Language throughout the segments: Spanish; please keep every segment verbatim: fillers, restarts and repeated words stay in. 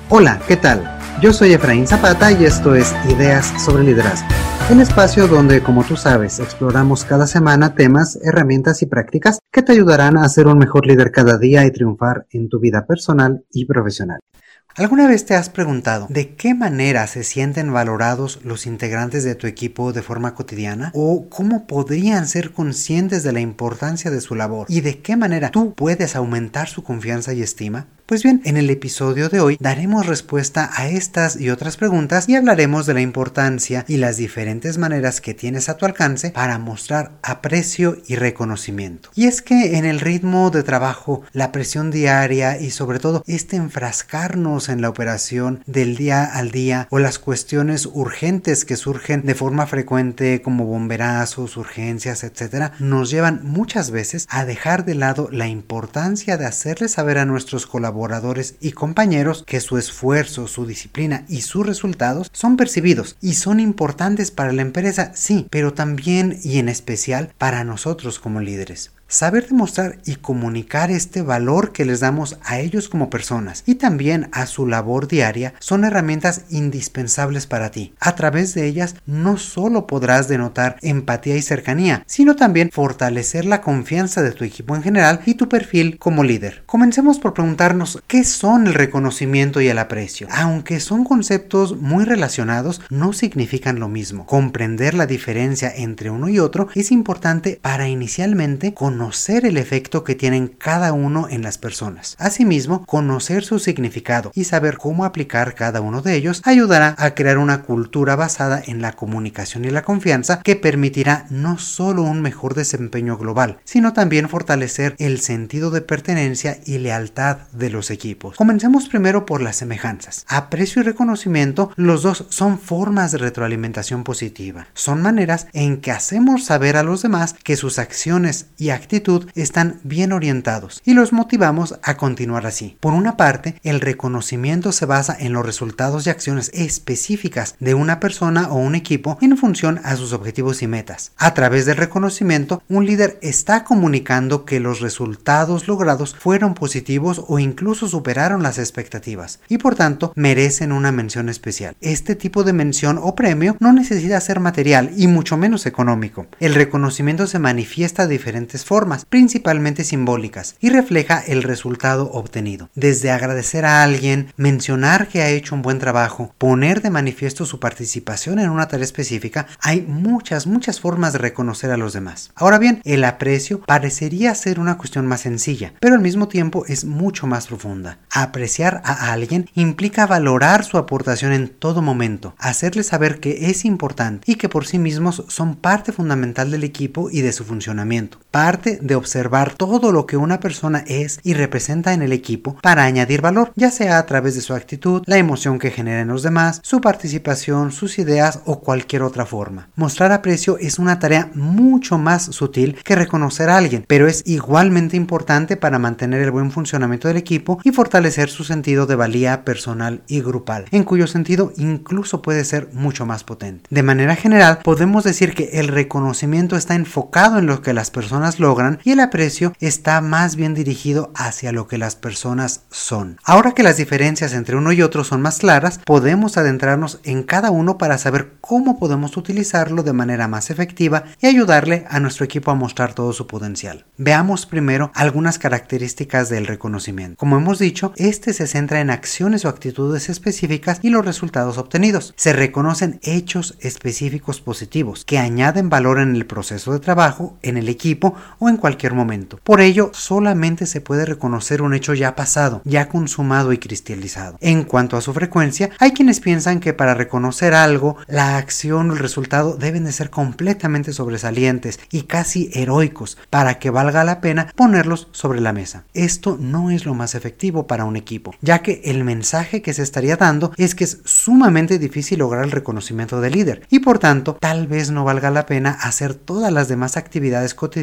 Hola, ¿qué tal? Yo soy Efraín Zapata y esto es Ideas sobre Liderazgo, el espacio donde, como tú sabes, exploramos cada semana temas, herramientas y prácticas que te ayudarán a ser un mejor líder cada día y triunfar en tu vida personal y profesional. ¿Alguna vez te has preguntado de qué manera se sienten valorados los integrantes de tu equipo de forma cotidiana? ¿O cómo podrían ser conscientes de la importancia de su labor? ¿Y de qué manera tú puedes aumentar su confianza y estima? Pues bien, en el episodio de hoy daremos respuesta a estas y otras preguntas y hablaremos de la importancia y las diferentes maneras que tienes a tu alcance para mostrar aprecio y reconocimiento. Y es que en el ritmo de trabajo, la presión diaria y sobre todo este enfrascarnos en la operación del día al día o las cuestiones urgentes que surgen de forma frecuente como bomberazos, urgencias, etcétera, nos llevan muchas veces a dejar de lado la importancia de hacerles saber a nuestros colaboradores colaboradores y compañeros que su esfuerzo, su disciplina y sus resultados son percibidos y son importantes para la empresa, sí, pero también y en especial para nosotros como líderes. Saber demostrar y comunicar este valor que les damos a ellos como personas y también a su labor diaria son herramientas indispensables para ti. A través de ellas no solo podrás denotar empatía y cercanía, sino también fortalecer la confianza de tu equipo en general y tu perfil como líder. Comencemos por preguntarnos qué son el reconocimiento y el aprecio. Aunque son conceptos muy relacionados, no significan lo mismo. Comprender la diferencia entre uno y otro es importante para inicialmente conocer conocer el efecto que tienen cada uno en las personas. Asimismo, conocer su significado y saber cómo aplicar cada uno de ellos ayudará a crear una cultura basada en la comunicación y la confianza que permitirá no solo un mejor desempeño global, sino también fortalecer el sentido de pertenencia y lealtad de los equipos. Comencemos primero por las semejanzas. Aprecio y reconocimiento, los dos son formas de retroalimentación positiva. Son maneras en que hacemos saber a los demás que sus acciones y actividades actitud están bien orientados y los motivamos a continuar así. Por una parte, el reconocimiento se basa en los resultados y acciones específicas de una persona o un equipo en función a sus objetivos y metas. A través del reconocimiento, un líder está comunicando que los resultados logrados fueron positivos o incluso superaron las expectativas y por tanto merecen una mención especial. Este tipo de mención o premio no necesita ser material y mucho menos económico. El reconocimiento se manifiesta de diferentes formas formas, principalmente simbólicas, y refleja el resultado obtenido. Desde agradecer a alguien, mencionar que ha hecho un buen trabajo, poner de manifiesto su participación en una tarea específica, hay muchas, muchas formas de reconocer a los demás. Ahora bien, el aprecio parecería ser una cuestión más sencilla, pero al mismo tiempo es mucho más profunda. Apreciar a alguien implica valorar su aportación en todo momento, hacerle saber que es importante y que por sí mismos son parte fundamental del equipo y de su funcionamiento. Parte de observar todo lo que una persona es y representa en el equipo para añadir valor, ya sea a través de su actitud, la emoción que genera en los demás, su participación, sus ideas o cualquier otra forma. Mostrar aprecio es una tarea mucho más sutil que reconocer a alguien, pero es igualmente importante para mantener el buen funcionamiento del equipo y fortalecer su sentido de valía personal y grupal, en cuyo sentido incluso puede ser mucho más potente. De manera general, podemos decir que el reconocimiento está enfocado en lo que las personas logran y el aprecio está más bien dirigido hacia lo que las personas son. Ahora que las diferencias entre uno y otro son más claras, podemos adentrarnos en cada uno para saber cómo podemos utilizarlo de manera más efectiva y ayudarle a nuestro equipo a mostrar todo su potencial. Veamos primero algunas características del reconocimiento. Como hemos dicho, este se centra en acciones o actitudes específicas y los resultados obtenidos. Se reconocen hechos específicos positivos que añaden valor en el proceso de trabajo, en el equipo o en cualquier momento. Por ello, solamente se puede reconocer un hecho ya pasado, ya consumado y cristalizado. En cuanto a su frecuencia, hay quienes piensan que para reconocer algo, la acción o el resultado deben de ser completamente sobresalientes y casi heroicos para que valga la pena ponerlos sobre la mesa. Esto no es lo más efectivo para un equipo, ya que el mensaje que se estaría dando es que es sumamente difícil lograr el reconocimiento del líder y por tanto, tal vez no valga la pena hacer todas las demás actividades cotidianas con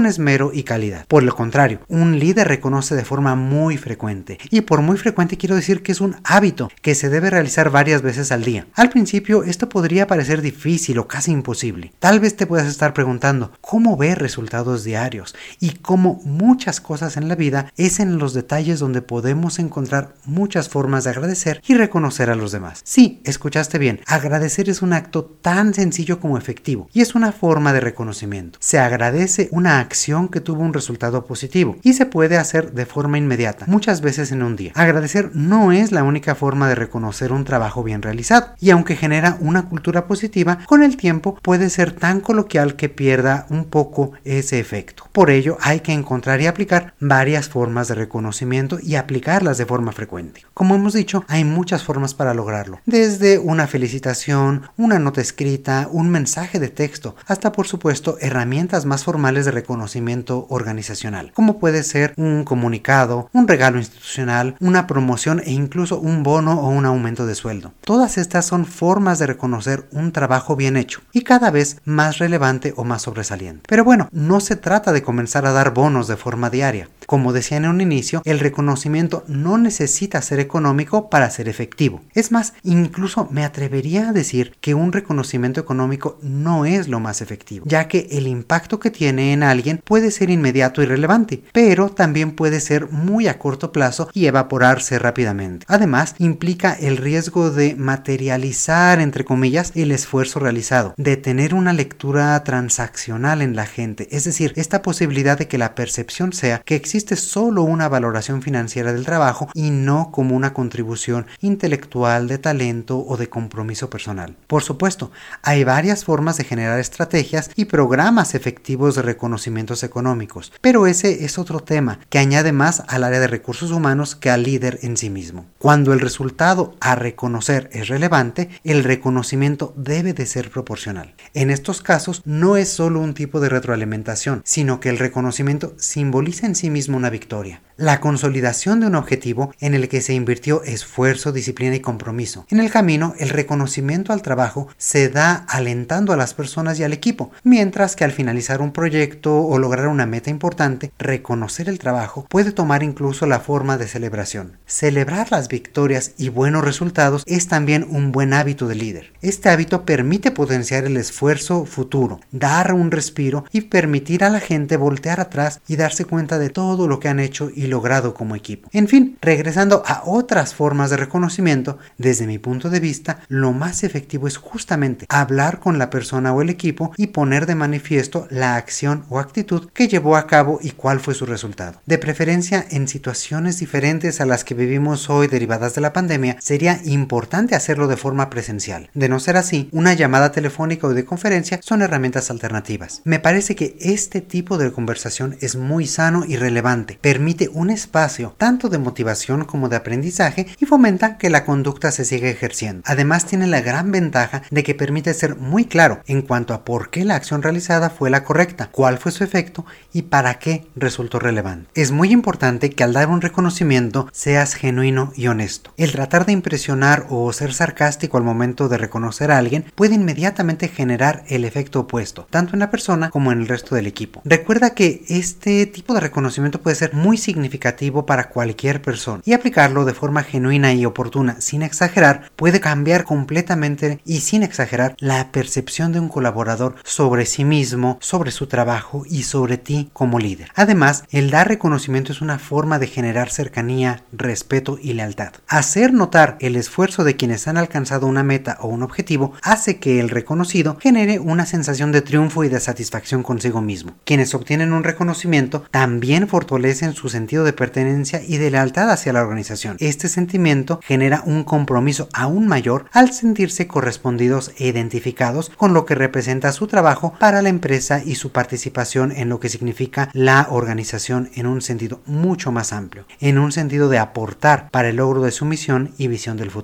con esmero y calidad. Por lo contrario, un líder reconoce de forma muy frecuente, y por muy frecuente quiero decir que es un hábito que se debe realizar varias veces al día. Al principio esto podría parecer difícil o casi imposible. Tal vez te puedas estar preguntando cómo ver resultados diarios, y cómo muchas cosas en la vida es en los detalles donde podemos encontrar muchas formas de agradecer y reconocer a los demás. Sí, escuchaste bien, agradecer es un acto tan sencillo como efectivo, y es una forma de reconocimiento. Se agradece una acción que tuvo un resultado positivo, y se puede hacer de forma inmediata, muchas veces en un día. Agradecer no es la única forma de reconocer un trabajo bien realizado, y aunque genera una cultura positiva, con el tiempo puede ser tan coloquial que pierda un poco ese efecto. Por ello, hay que encontrar y aplicar varias formas de reconocimiento y aplicarlas de forma frecuente. Como hemos dicho, hay muchas formas para lograrlo, desde una felicitación, una nota escrita, un mensaje de texto, hasta por supuesto herramientas más formales de reconocimiento organizacional, como puede ser un comunicado, un regalo institucional, una promoción e incluso un bono o un aumento de sueldo. Todas estas son formas de reconocer un trabajo bien hecho y cada vez más relevante o más sobresaliente. Pero bueno, no se trata de comenzar a dar bonos de forma diaria. Como decía en un inicio, el reconocimiento no necesita ser económico para ser efectivo. Es más, incluso me atrevería a decir que un reconocimiento económico no es lo más efectivo, ya que el impacto que tiene en alguien puede ser inmediato y relevante, pero también puede ser muy a corto plazo y evaporarse rápidamente. Además, implica el riesgo de materializar, entre comillas, el esfuerzo realizado, de tener una lectura transaccional en la gente, es decir, esta posibilidad de que la percepción sea que existe solo una valoración financiera del trabajo y no como una contribución intelectual, de talento o de compromiso personal. Por supuesto, hay varias formas de generar estrategias y programas efectivos de reconocimientos económicos, pero ese es otro tema que añade más al área de recursos humanos que al líder en sí mismo. Cuando el resultado a reconocer es relevante, el reconocimiento debe de ser proporcional. En estos casos no es solo un tipo de retroalimentación, sino que el reconocimiento simboliza en sí mismo una victoria. La consolidación de un objetivo en el que se invirtió esfuerzo, disciplina y compromiso. En el camino, el reconocimiento al trabajo se da alentando a las personas y al equipo, mientras que al finalizar un proyecto o lograr una meta importante, reconocer el trabajo puede tomar incluso la forma de celebración. Celebrar las victorias y buenos resultados es también un buen hábito del líder. Este hábito permite potenciar el esfuerzo futuro, dar un respiro y permitir a la gente voltear atrás y darse cuenta de todo lo que han hecho y logrado como equipo. En fin, regresando a otras formas de reconocimiento, desde mi punto de vista, lo más efectivo es justamente hablar con la persona o el equipo y poner de manifiesto la acción o actitud que llevó a cabo y cuál fue su resultado. De preferencia, en situaciones diferentes a las que vivimos hoy derivadas de la pandemia, sería importante hacerlo de forma presencial. De no ser así, una llamada telefónica o de conferencia son herramientas alternativas. Me parece que este tipo de conversación es muy sano y relevante, permite un espacio tanto de motivación como de aprendizaje y fomenta que la conducta se siga ejerciendo. Además, tiene la gran ventaja de que permite ser muy claro en cuanto a por qué la acción realizada fue la correcta, cuál fue su efecto y para qué resultó relevante. Es muy importante que al dar un reconocimiento seas genuino y honesto. El tratar de impresionar o ser sarcástico al momento de reconocer a alguien puede inmediatamente generar el efecto opuesto, tanto en la persona como en el resto del equipo. Recuerda que este tipo de reconocimiento puede ser muy significativo para cualquier persona y aplicarlo de forma genuina y oportuna sin exagerar puede cambiar completamente y sin exagerar la percepción de un colaborador sobre sí mismo, sobre su trabajo y sobre ti como líder. Además, el dar reconocimiento es una forma de generar cercanía, respeto y lealtad. Hacer notar el esfuerzo de quienes han alcanzado una meta o un objetivo hace que el reconocido genere una sensación de triunfo y de satisfacción consigo mismo. Quienes obtienen un reconocimiento también fortalecen su sentido de pertenencia y de lealtad hacia la organización. Este sentimiento genera un compromiso aún mayor al sentirse correspondidos e identificados con lo que representa su trabajo para la empresa y su participación en lo que significa la organización en un sentido mucho más amplio, en un sentido de aportar para el logro de su misión y visión del futuro.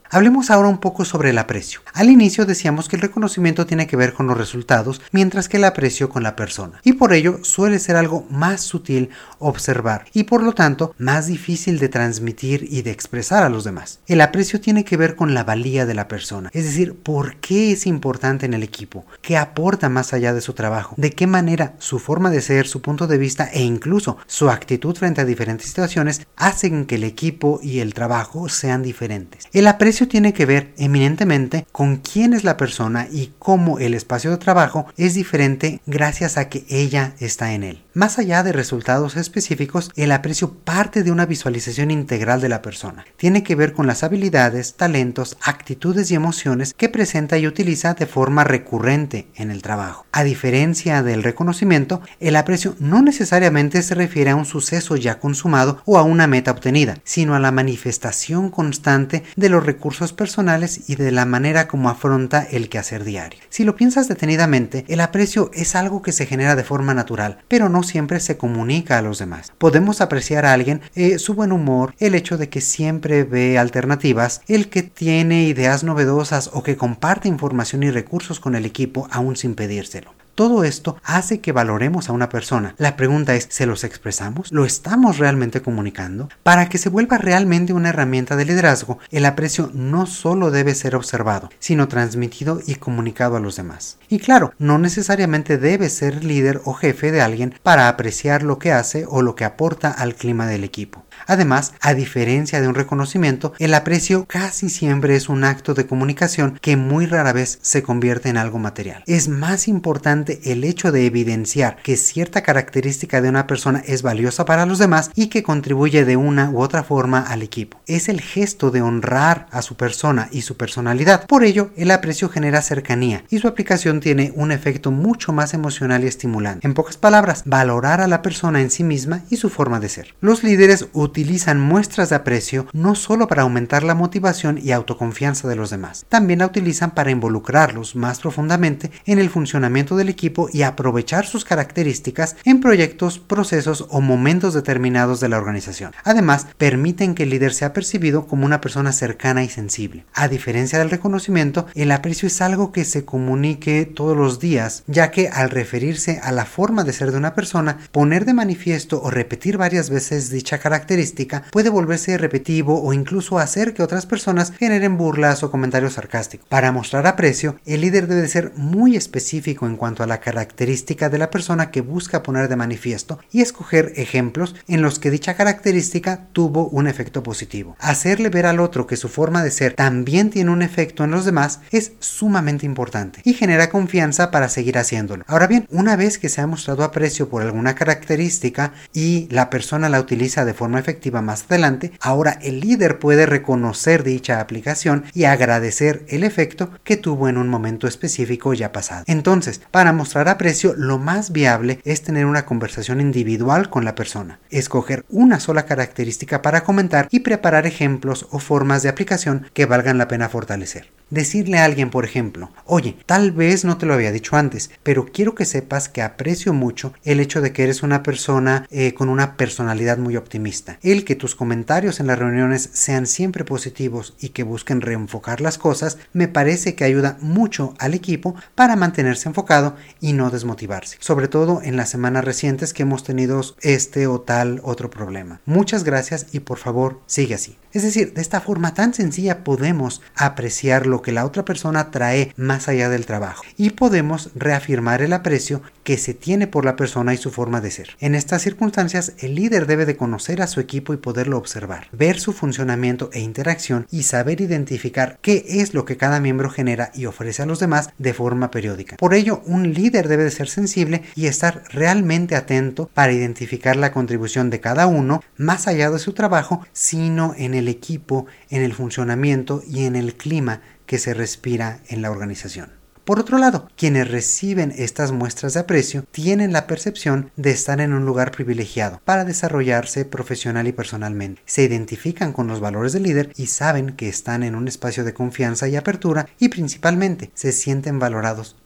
Hablemos ahora un poco sobre el aprecio. Al inicio decíamos que el reconocimiento tiene que ver con los resultados, mientras que el aprecio con la persona. Y por ello suele ser algo más sutil observar y por lo tanto más difícil de transmitir y de expresar a los demás. El aprecio tiene que ver con la valía de la persona, es decir, por qué es importante en el equipo, qué aporta más allá de su trabajo, de qué manera su forma de ser, su punto de vista e incluso su actitud frente a diferentes situaciones hacen que el equipo y el trabajo sean diferentes. El aprecio tiene que ver eminentemente con quién es la persona y cómo el espacio de trabajo es diferente gracias a que ella está en él. Más allá de resultados específicos, el aprecio parte de una visualización integral de la persona. Tiene que ver con las habilidades, talentos, actitudes y emociones que presenta y utiliza de forma recurrente en el trabajo. A diferencia del reconocimiento, el aprecio no necesariamente se refiere a un suceso ya consumado o a una meta obtenida, sino a la manifestación constante de los recursos personales y de la manera como afronta el quehacer diario. Si lo piensas detenidamente, el aprecio es algo que se genera de forma natural, pero no siempre se comunica a los demás. Podemos apreciar a alguien eh, su buen humor, el hecho de que siempre ve alternativas, el que tiene ideas novedosas o que comparte información y recursos con el equipo aún sin pedírselo. Todo esto hace que valoremos a una persona. La pregunta es, ¿se los expresamos? ¿Lo estamos realmente comunicando? Para que se vuelva realmente una herramienta de liderazgo, el aprecio no solo debe ser observado, sino transmitido y comunicado a los demás. Y claro, no necesariamente debe ser líder o jefe de alguien para apreciar lo que hace o lo que aporta al clima del equipo. Además, a diferencia de un reconocimiento, el aprecio casi siempre es un acto de comunicación que muy rara vez se convierte en algo material. Es más importante el hecho de evidenciar que cierta característica de una persona es valiosa para los demás y que contribuye de una u otra forma al equipo. Es el gesto de honrar a su persona y su personalidad. Por ello, el aprecio genera cercanía y su aplicación tiene un efecto mucho más emocional y estimulante. En pocas palabras, valorar a la persona en sí misma y su forma de ser. Los líderes utilizan muestras de aprecio no solo para aumentar la motivación y autoconfianza de los demás, también la utilizan para involucrarlos más profundamente en el funcionamiento del equipo y aprovechar sus características en proyectos, procesos o momentos determinados de la organización. Además, permiten que el líder sea percibido como una persona cercana y sensible. A diferencia del reconocimiento, el aprecio es algo que se comunique todos los días, ya que al referirse a la forma de ser de una persona, poner de manifiesto o repetir varias veces dicha característica puede volverse repetitivo o incluso hacer que otras personas generen burlas o comentarios sarcásticos. Para mostrar aprecio, el líder debe ser muy específico en cuanto a la característica de la persona que busca poner de manifiesto y escoger ejemplos en los que dicha característica tuvo un efecto positivo. Hacerle ver al otro que su forma de ser también tiene un efecto en los demás es sumamente importante y genera confianza para seguir haciéndolo. Ahora bien, una vez que se ha mostrado aprecio por alguna característica y la persona la utiliza de forma efectiva más adelante, ahora el líder puede reconocer dicha aplicación y agradecer el efecto que tuvo en un momento específico ya pasado. Entonces, para mostrar aprecio, lo más viable es tener una conversación individual con la persona, escoger una sola característica para comentar y preparar ejemplos o formas de aplicación que valgan la pena fortalecer. Decirle a alguien, por ejemplo, oye, tal vez no te lo había dicho antes, pero quiero que sepas que aprecio mucho el hecho de que eres una persona eh, con una personalidad muy optimista. El que tus comentarios en las reuniones sean siempre positivos y que busquen reenfocar las cosas, me parece que ayuda mucho al equipo para mantenerse enfocado y no desmotivarse, sobre todo en las semanas recientes que hemos tenido este o tal otro problema. Muchas gracias y por favor sigue así. Es decir, de esta forma tan sencilla podemos apreciar lo que la otra persona trae más allá del trabajo y podemos reafirmar el aprecio que se tiene por la persona y su forma de ser. En estas circunstancias, el líder debe de conocer a su equipo y poderlo observar, ver su funcionamiento e interacción y saber identificar qué es lo que cada miembro genera y ofrece a los demás de forma periódica. Por ello, un líder debe de ser sensible y estar realmente atento para identificar la contribución de cada uno más allá de su trabajo, sino en el equipo, en el funcionamiento y en el clima que se respira en la organización. Por otro lado, quienes reciben estas muestras de aprecio tienen la percepción de estar en un lugar privilegiado para desarrollarse profesional y personalmente. Se identifican con los valores del líder y saben que están en un espacio de confianza y apertura y principalmente se sienten valorados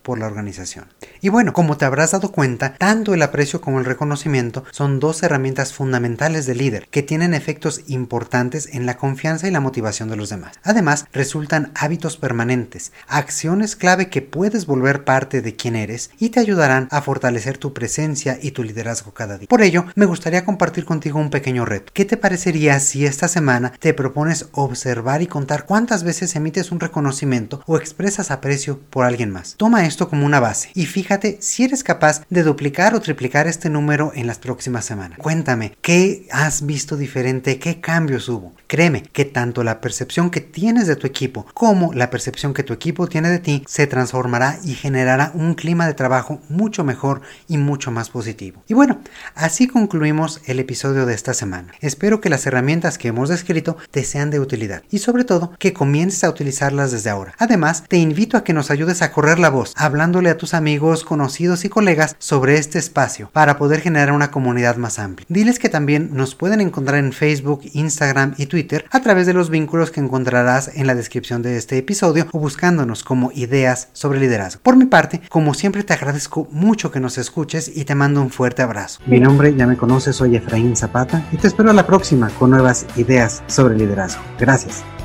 por la organización. Y bueno, como te habrás dado cuenta, tanto el aprecio como el reconocimiento son dos herramientas fundamentales del líder que tienen efectos importantes en la confianza y la motivación de los demás. Además, resultan hábitos permanentes, acciones clave que puedes volver parte de quién eres y te ayudarán a fortalecer tu presencia y tu liderazgo cada día. Por ello, me gustaría compartir contigo un pequeño reto. ¿Qué te parecería si esta semana te propones observar y contar cuántas veces emites un reconocimiento o expresas aprecio por alguien más? Toma esto como una base y fíjate si eres capaz de duplicar o triplicar este número en las próximas semanas. Cuéntame, ¿qué has visto diferente? ¿Qué cambios hubo? Créeme que tanto la percepción que tienes de tu equipo como la percepción que tu equipo tiene de ti se transformará y generará un clima de trabajo mucho mejor y mucho más positivo. Y bueno, así concluimos el episodio de esta semana. Espero que las herramientas que hemos descrito te sean de utilidad y sobre todo que comiences a utilizarlas desde ahora. Además, te invito a que nos ayudes a correr la voz, hablándole a tus amigos, conocidos y colegas sobre este espacio para poder generar una comunidad más amplia. Diles que también nos pueden encontrar en Facebook, Instagram y Twitter a través de los vínculos que encontrarás en la descripción de este episodio o buscándonos como Ideas sobre Liderazgo. Por mi parte, como siempre te agradezco mucho que nos escuches y te mando un fuerte abrazo. Mi nombre, ya me conoces, soy Efraín Zapata y te espero a la próxima con nuevas ideas sobre liderazgo. Gracias.